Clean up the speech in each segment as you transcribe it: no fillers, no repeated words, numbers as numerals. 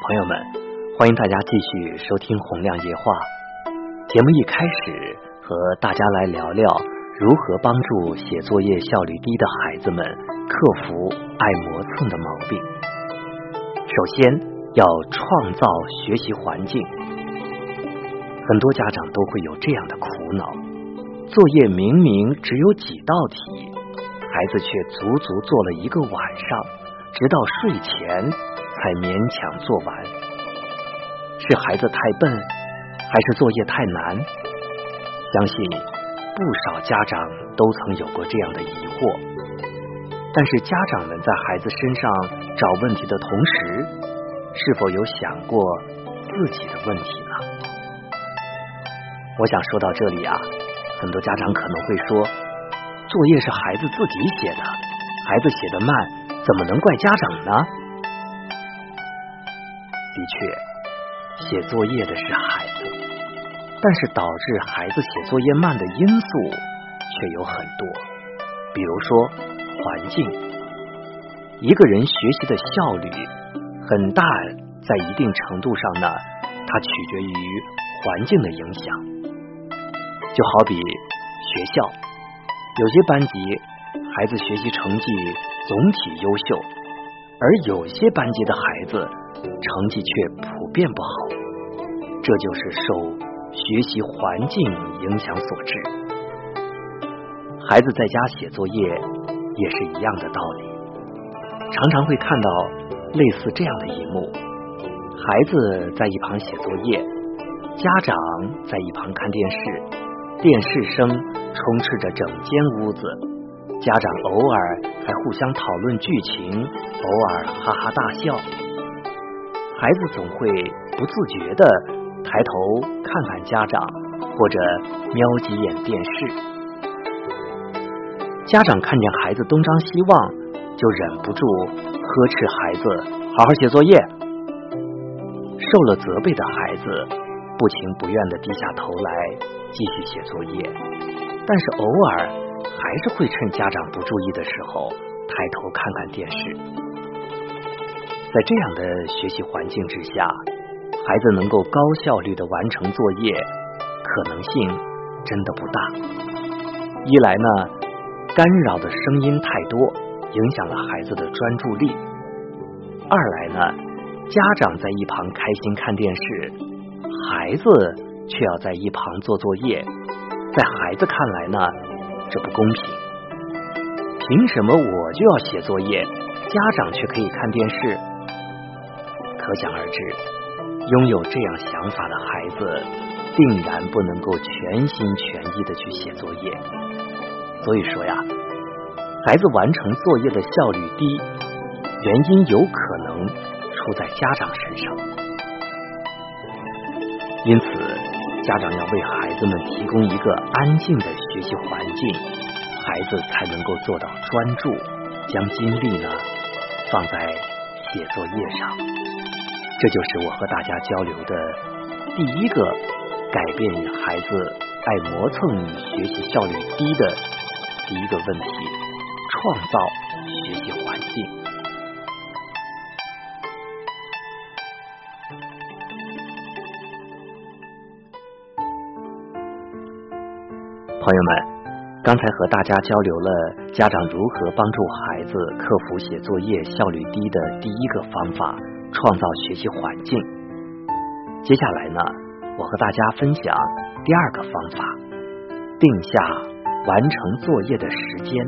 朋友们，欢迎大家继续收听洪亮夜话。节目一开始和大家来聊聊如何帮助写作业效率低的孩子们克服爱磨蹭的毛病。首先要创造学习环境。很多家长都会有这样的苦恼，作业明明只有几道题，孩子却足足做了一个晚上，直到睡前才勉强做完。是孩子太笨，还是作业太难？相信不少家长都曾有过这样的疑惑。但是家长们在孩子身上找问题的同时，是否有想过自己的问题呢？我想说到这里很多家长可能会说，作业是孩子自己写的，孩子写得慢，怎么能怪家长呢？的确，写作业的是孩子，但是导致孩子写作业慢的因素却有很多。比如说环境，一个人学习的效率很大，在一定程度上呢，它取决于环境的影响。就好比学校，有些班级孩子学习成绩总体优秀，而有些班级的孩子成绩却普遍不好，这就是受学习环境影响所致。孩子在家写作业也是一样的道理，常常会看到类似这样的一幕：孩子在一旁写作业，家长在一旁看电视，电视声充斥着整间屋子，家长偶尔还互相讨论剧情，偶尔哈哈大笑。孩子总会不自觉地抬头看看家长，或者瞄几眼电视。家长看见孩子东张西望，就忍不住呵斥孩子好好写作业。受了责备的孩子不情不愿地低下头来继续写作业，但是偶尔还是会趁家长不注意的时候抬头看看电视。在这样的学习环境之下，孩子能够高效率地完成作业，可能性真的不大。一来呢，干扰的声音太多，影响了孩子的专注力；二来呢，家长在一旁开心看电视，孩子却要在一旁做作业，在孩子看来呢，这不公平。凭什么我就要写作业，家长却可以看电视？可想而知，拥有这样想法的孩子定然不能够全心全意地去写作业。所以说孩子完成作业的效率低，原因有可能出在家长身上。因此家长要为孩子们提供一个安静的学习环境，孩子才能够做到专注，将精力呢放在写作业上。这就是我和大家交流的第一个改变孩子爱磨蹭与学习效率低的第一个问题：创造学习环境。朋友们，刚才和大家交流了家长如何帮助孩子克服写作业效率低的第一个方法，创造学习环境。接下来呢，我和大家分享第二个方法，定下完成作业的时间。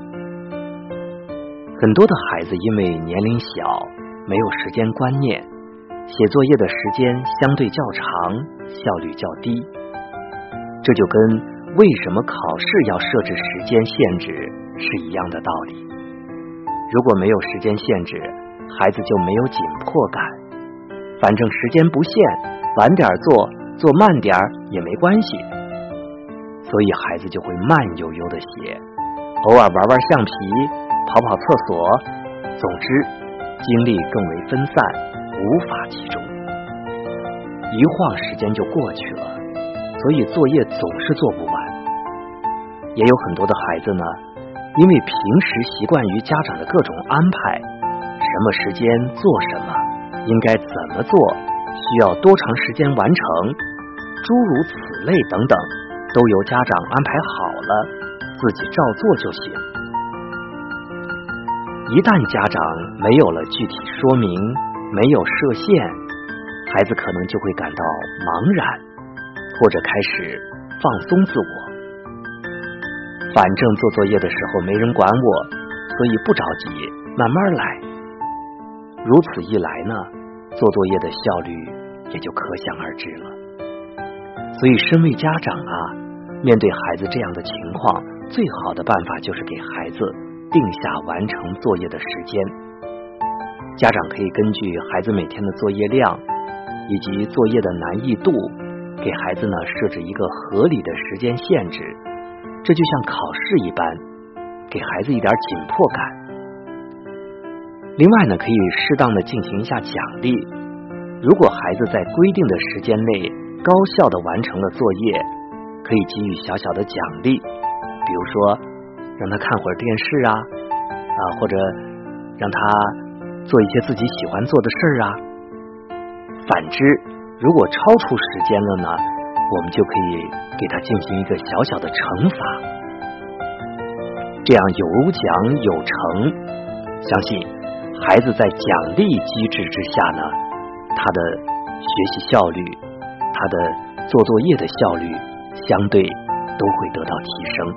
很多的孩子因为年龄小，没有时间观念，写作业的时间相对较长，效率较低。这就跟为什么考试要设置时间限制是一样的道理。如果没有时间限制，孩子就没有紧迫感，反正时间不限，晚点做，做慢点也没关系。所以孩子就会慢悠悠地写，偶尔玩玩橡皮，跑跑厕所，总之精力更为分散，无法集中。一晃时间就过去了，所以作业总是做不完。也有很多的孩子呢，因为平时习惯于家长的各种安排，什么时间做什么， 应该怎么做，需要多长时间完成，诸如此类等等，都由家长安排好了，自己照做就行。一旦家长没有了具体说明，没有设限，孩子可能就会感到茫然，或者开始放松自我。反正做作业的时候没人管我，所以不着急，慢慢来。如此一来呢，做作业的效率也就可想而知了。所以身为家长啊，面对孩子这样的情况，最好的办法就是给孩子定下完成作业的时间。家长可以根据孩子每天的作业量以及作业的难易度，给孩子呢设置一个合理的时间限制，这就像考试一般，给孩子一点紧迫感。另外呢，可以适当的进行一下奖励。如果孩子在规定的时间内高效的完成了作业，可以给予小小的奖励，比如说让他看会儿电视啊，或者让他做一些自己喜欢做的事啊。反之，如果超出时间了呢，我们就可以给他进行一个小小的惩罚，这样有奖有惩，相信孩子在奖励机制之下呢，他的学习效率，他的做作业的效率相对都会得到提升。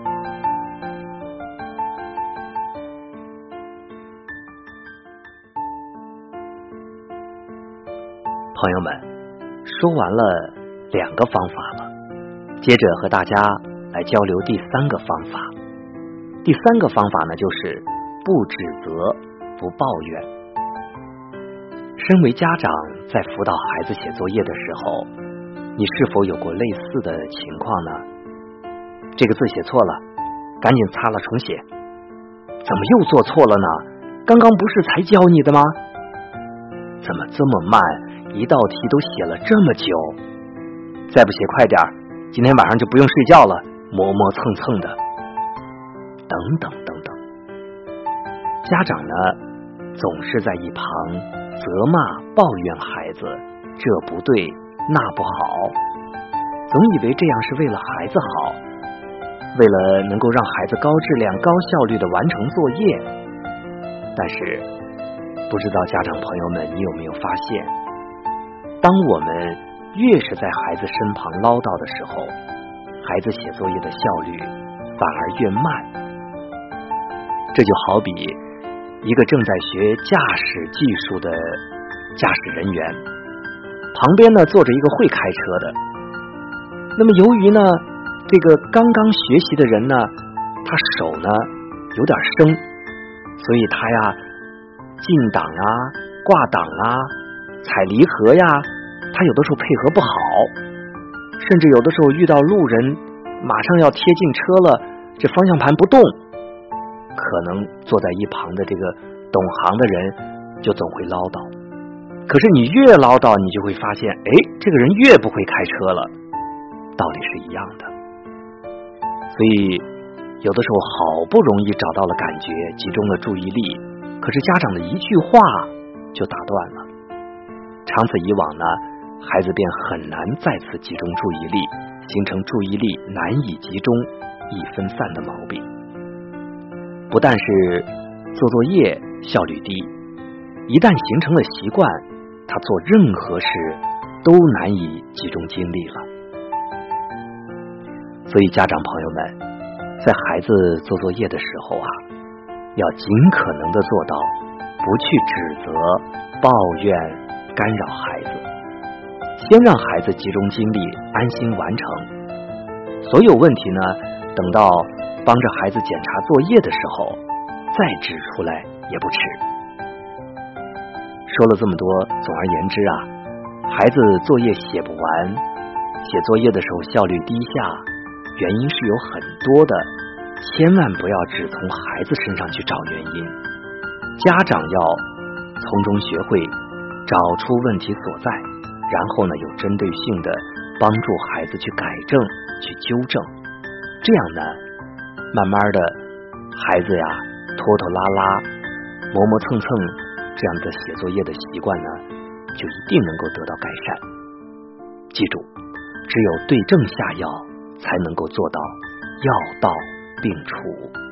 朋友们，说完了2个方法了，接着和大家来交流第3个方法。第3个方法呢，就是不指责不抱怨。身为家长，在辅导孩子写作业的时候，你是否有过类似的情况呢？这个字写错了，赶紧擦了重写。怎么又做错了呢？刚刚不是才教你的吗？怎么这么慢，一道题都写了这么久？再不写快点，今天晚上就不用睡觉了，磨磨蹭蹭的。等等等等。家长呢，总是在一旁责骂抱怨孩子，这不对那不好，总以为这样是为了孩子好，为了能够让孩子高质量高效率的完成作业。但是不知道家长朋友们，你有没有发现，当我们越是在孩子身旁唠叨的时候，孩子写作业的效率反而越慢。这就好比一个正在学驾驶技术的驾驶人员，旁边呢坐着一个会开车的。那么由于呢这个刚刚学习的人呢，他手呢有点生，所以他呀进档啊、挂档啊、踩离合呀，他有的时候配合不好，甚至有的时候遇到路人马上要贴近车了，这方向盘不动，可能坐在一旁的这个懂行的人就总会唠叨。可是你越唠叨，你就会发现，这个人越不会开车了，道理是一样的。所以有的时候好不容易找到了感觉，集中了注意力，可是家长的一句话就打断了。长此以往呢，孩子便很难再次集中注意力，形成注意力难以集中、易分散的毛病。不但是做作业效率低，一旦形成了习惯，他做任何事都难以集中精力了。所以家长朋友们，在孩子做作业的时候啊，要尽可能的做到不去指责、抱怨、干扰孩子，先让孩子集中精力，安心完成。所有问题呢，等到帮着孩子检查作业的时候再指出来也不迟。说了这么多，总而言之啊，孩子作业写不完，写作业的时候效率低下，原因是有很多的，千万不要只从孩子身上去找原因，家长要从中学会找出问题所在，然后呢有针对性的帮助孩子去改正、去纠正。这样呢，慢慢的孩子呀拖拖拉拉、磨磨蹭蹭这样的写作业的习惯呢就一定能够得到改善。记住，只有对症下药，才能够做到药到病除。